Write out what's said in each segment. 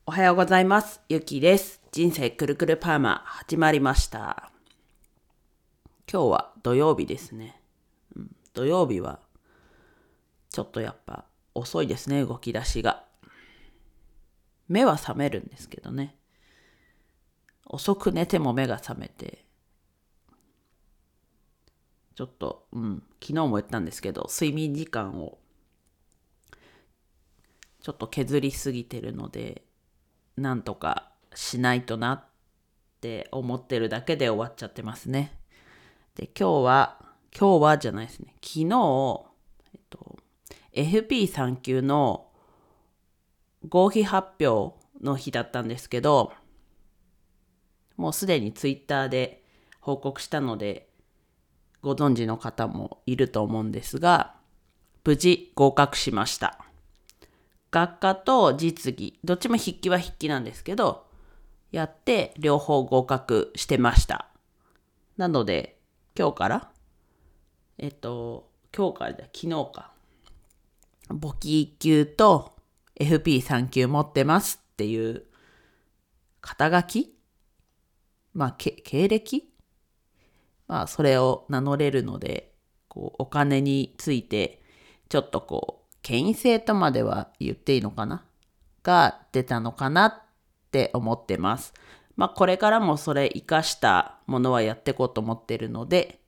おはようございます。ゆきです。人生くるくるパーマ始まりました。今日は土曜日ですね。土曜日はちょっとやっぱ遅いですね、動き出しが。目は覚めるんですけどね。遅く寝ても目が覚めて、ちょっと、昨日も言ったんですけど、睡眠時間をちょっと削りすぎてるので、なんとかしないとなって思ってるだけで終わっちゃってますね。で、今日はじゃないですね。昨日、FP3 級の合否発表の日だったんですけど、もうすでにツイッターで報告したので、ご存知の方もいると思うんですが、無事合格しました。学科と実技、どっちも筆記は筆記なんですけど、やって両方合格してました。なので、今日から昨日か。簿記1級と FP3 級持ってますっていう肩書き経歴それを名乗れるので、お金について、ちょっと権威性とまでは言っていいのかなが出たのかなって思ってます。これからもそれ活かしたものはやっていこうと思ってるので、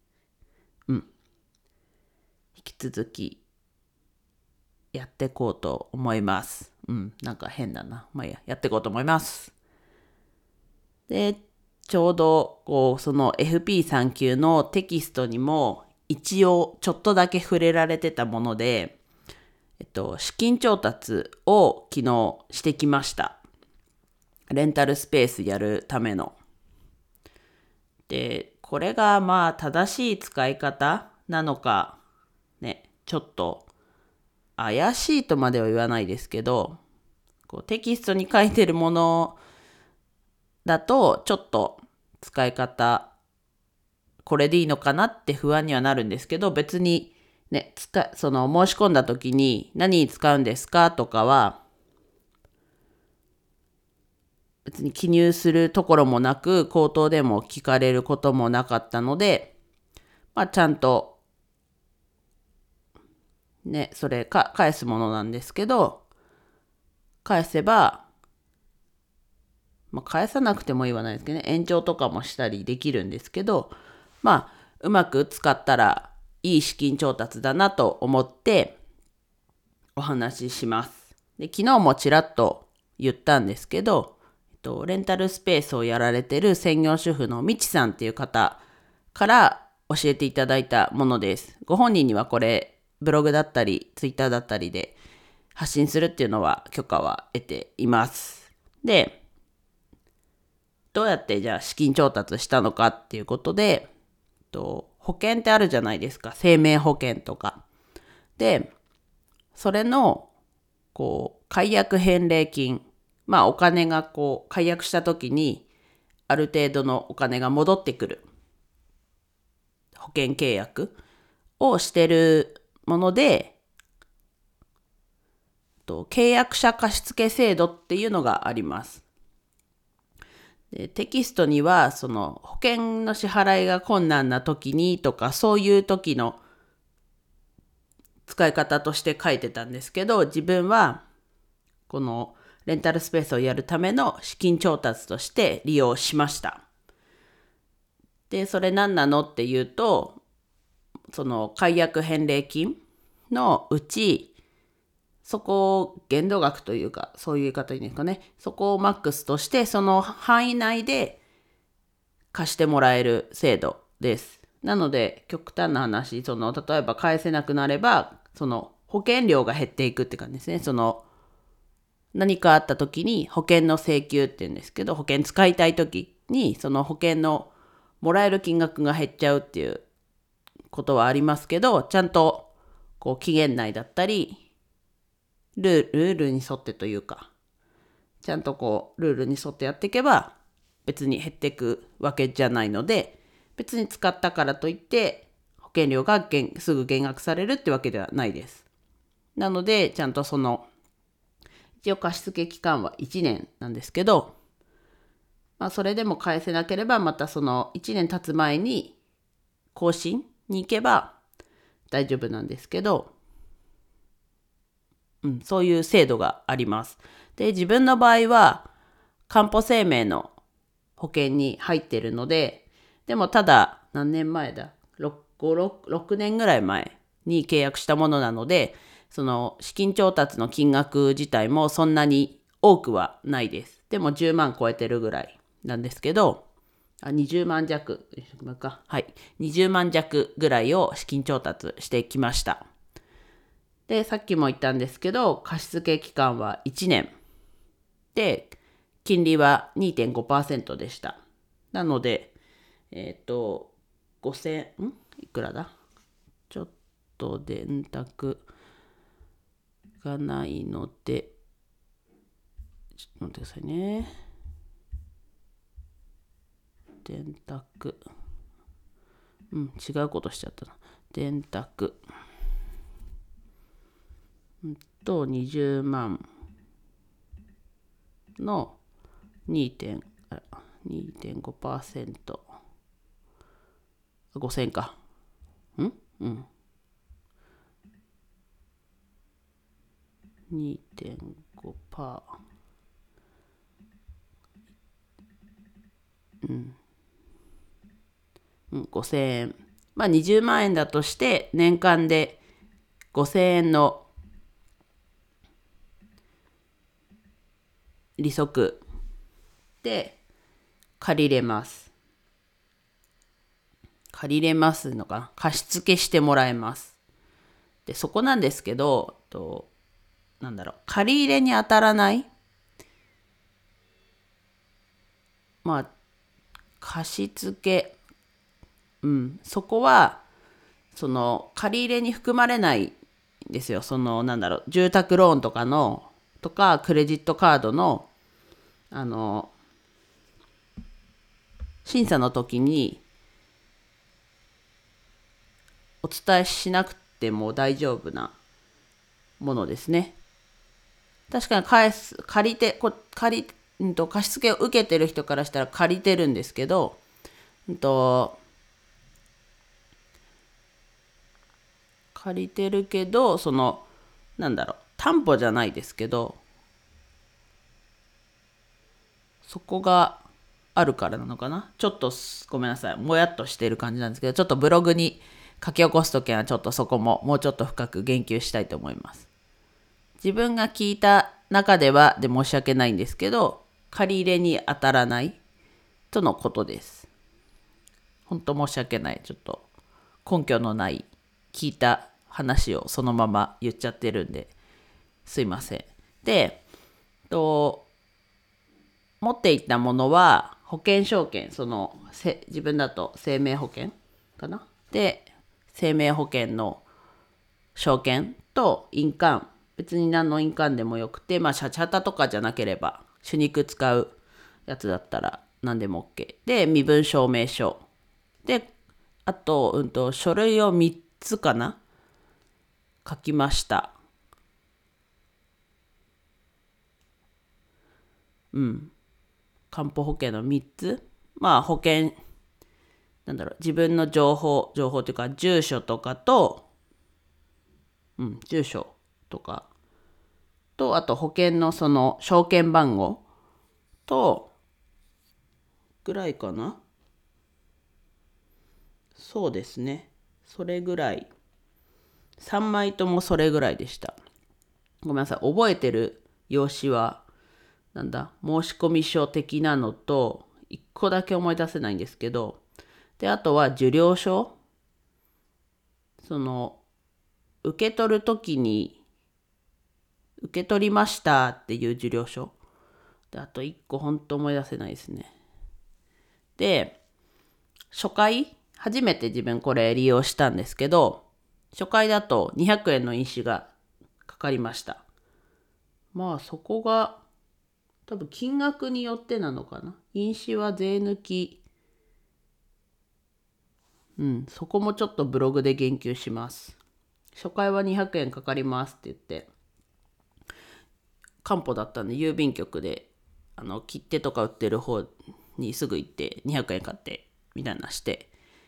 引き続きやっていこうと思います。なんか変だな。やっていこうと思います。で、ちょうどその FP3 級のテキストにも一応ちょっとだけ触れられてたもので、資金調達を昨日してきました。レンタルスペースやるための。で、これが正しい使い方なのか、ね、ちょっと怪しいとまでは言わないですけど、テキストに書いてるものだとちょっと使い方これでいいのかなって不安にはなるんですけど、別にね、その申し込んだ時に何に使うんですかとかは別に記入するところもなく、口頭でも聞かれることもなかったので、ちゃんとね、それ返すものなんですけど、返せば、返さなくても言わないですけどね、延長とかもしたりできるんですけど、うまく使ったらいい資金調達だなと思ってお話しします。で、昨日もちらっと言ったんですけど、レンタルスペースをやられてる専業主婦のみちさんっていう方から教えていただいたものです。ご本人にはこれブログだったりツイッターだったりで発信するっていうのは許可は得ています。で、どうやってじゃあ資金調達したのかっていうことで、保険ってあるじゃないですか。生命保険とか。で、それの解約返礼金、お金が解約した時にある程度のお金が戻ってくる保険契約をしてるもので、契約者貸付制度っていうのがあります。で、テキストにはその保険の支払いが困難な時にとか、そういう時の使い方として書いてたんですけど、自分はこのレンタルスペースをやるための資金調達として利用しました。で、それ何なのっていうと、その解約返礼金のうち、そこを限度額というか、そういう言い方いいんですかね。そこをマックスとして、その範囲内で貸してもらえる制度です。なので、極端な話、例えば返せなくなれば、その保険料が減っていくって感じですね。何かあった時に保険の請求って言うんですけど、保険使いたい時にその保険のもらえる金額が減っちゃうっていうことはありますけど、ちゃんと期限内だったりルールに沿ってというか、ちゃんとルールに沿ってやっていけば別に減っていくわけじゃないので、別に使ったからといって保険料がすぐ減額されるってわけではないです。なのでちゃんと一応貸付期間は1年なんですけど、それでも返せなければまたその1年経つ前に更新に行けば大丈夫なんですけど、そういう制度があります。で、自分の場合はかんぽ生命の保険に入ってるので、でもただ何年前だ 6年ぐらい前に契約したものなので、その資金調達の金額自体もそんなに多くはないです。でも10万超えてるぐらいなんですけど、20万弱か、はい、20万弱ぐらいを資金調達してきました。で、さっきも言ったんですけど、貸付期間は1年で、金利は 2.5% でした。なので、5000、いくらだ、ちょっと電卓がないので、ちょっと待ってくださいね。電卓。違うことしちゃったな。電卓。20万の2.5%。5000か。2.5%。5000円。20万円だとして年間で5000円の利息で借りれます。借りれますのかな、貸付してもらえます。で、そこなんですけど、借り入れに当たらない、貸付、そこはその借り入れに含まれないんですよ。住宅ローンとかクレジットカードの審査の時にお伝えしなくても大丈夫なものですね。確かに貸付を受けてる人からしたら借りてるんですけど、借りてるけど、担保じゃないですけど、そこがあるからなのかな。ちょっとごめんなさい、もやっとしている感じなんですけど、ちょっとブログに書き起こすときはちょっとそこももうちょっと深く言及したいと思います。自分が聞いた中ではで申し訳ないんですけど、借り入れに当たらないとのことです。本当申し訳ない。ちょっと根拠のない聞いた話をそのまま言っちゃってるんですいません。で、持っていったものは保険証券、自分だと生命保険かな。で、生命保険の証券と印鑑、別に何の印鑑でもよくて、シャチハタとかじゃなければ、手肉使うやつだったら何でも OK。で、身分証明書。で、あと、書類を3つかな書きました。かんぽ保険の3つ。保険、自分の情報というか、住所とかと、住所とか、あと保険のその証券番号と、ぐらいかな。そうですね。それぐらい。3枚ともそれぐらいでした。ごめんなさい。覚えてる用紙は、申込書的なのと、1個だけ思い出せないんですけど、で、あとは受領書。受け取るときに、受け取りましたっていう受領書。で、あと1個本当思い出せないですね。で、初めて自分これ利用したんですけど、初回だと200円の印紙がかかりました。そこが多分金額によってなのかな。印紙は税抜き。そこもちょっとブログで言及します。初回は200円かかりますって言って。 漢方だったんで、郵便局で切手とか売ってる方にすぐ行って200円買ってみたいなして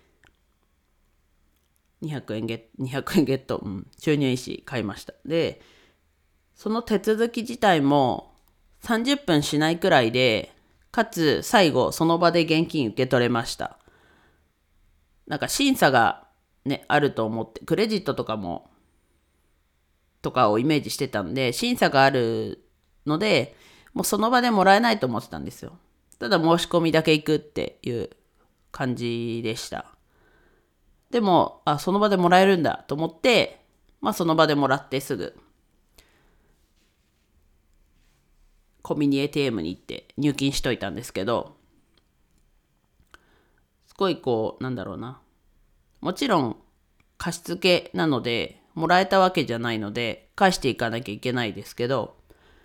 200円ゲット、収入印買いました。で、その手続き自体も30分しないくらいで、かつ最後その場で現金受け取れました。なんか審査がね、あると思って、クレジットとかをイメージしてたんで、審査があるので、もうその場でもらえないと思ってたんですよ。ただ申し込みだけ行くっていう感じでした。でも、その場でもらえるんだと思って、その場でもらってすぐ、コンビニ ATM に行って入金しといたんですけど、すごいもちろん貸付なので、もらえたわけじゃないので、返していかなきゃいけないですけど、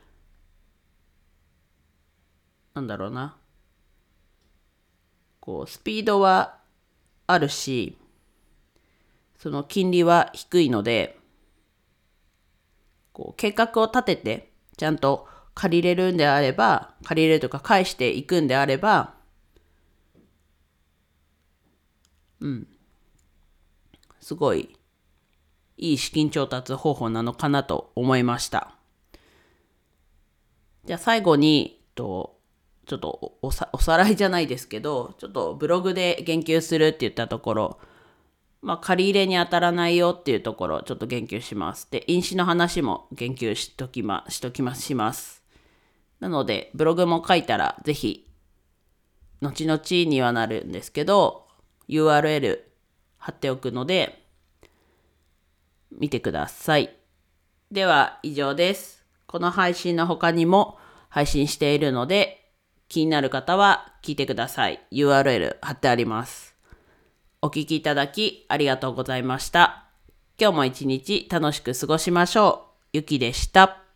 スピードはあるし、その金利は低いので、計画を立てて、ちゃんと借りれるとか返していくんであれば、すごいいい資金調達方法なのかなと思いました。じゃあ最後に、ちょっとおさらいじゃないですけど、ちょっとブログで言及するって言ったところ、借り入れに当たらないよっていうところ、ちょっと言及します。で、飲酒の話も言及します。なので、ブログも書いたら、ぜひ、後々にはなるんですけど、URL 貼っておくので、見てください。では、以上です。この配信の他にも配信しているので、気になる方は聞いてください。URL 貼ってあります。お聞きいただきありがとうございました。今日も一日楽しく過ごしましょう。ゆきでした。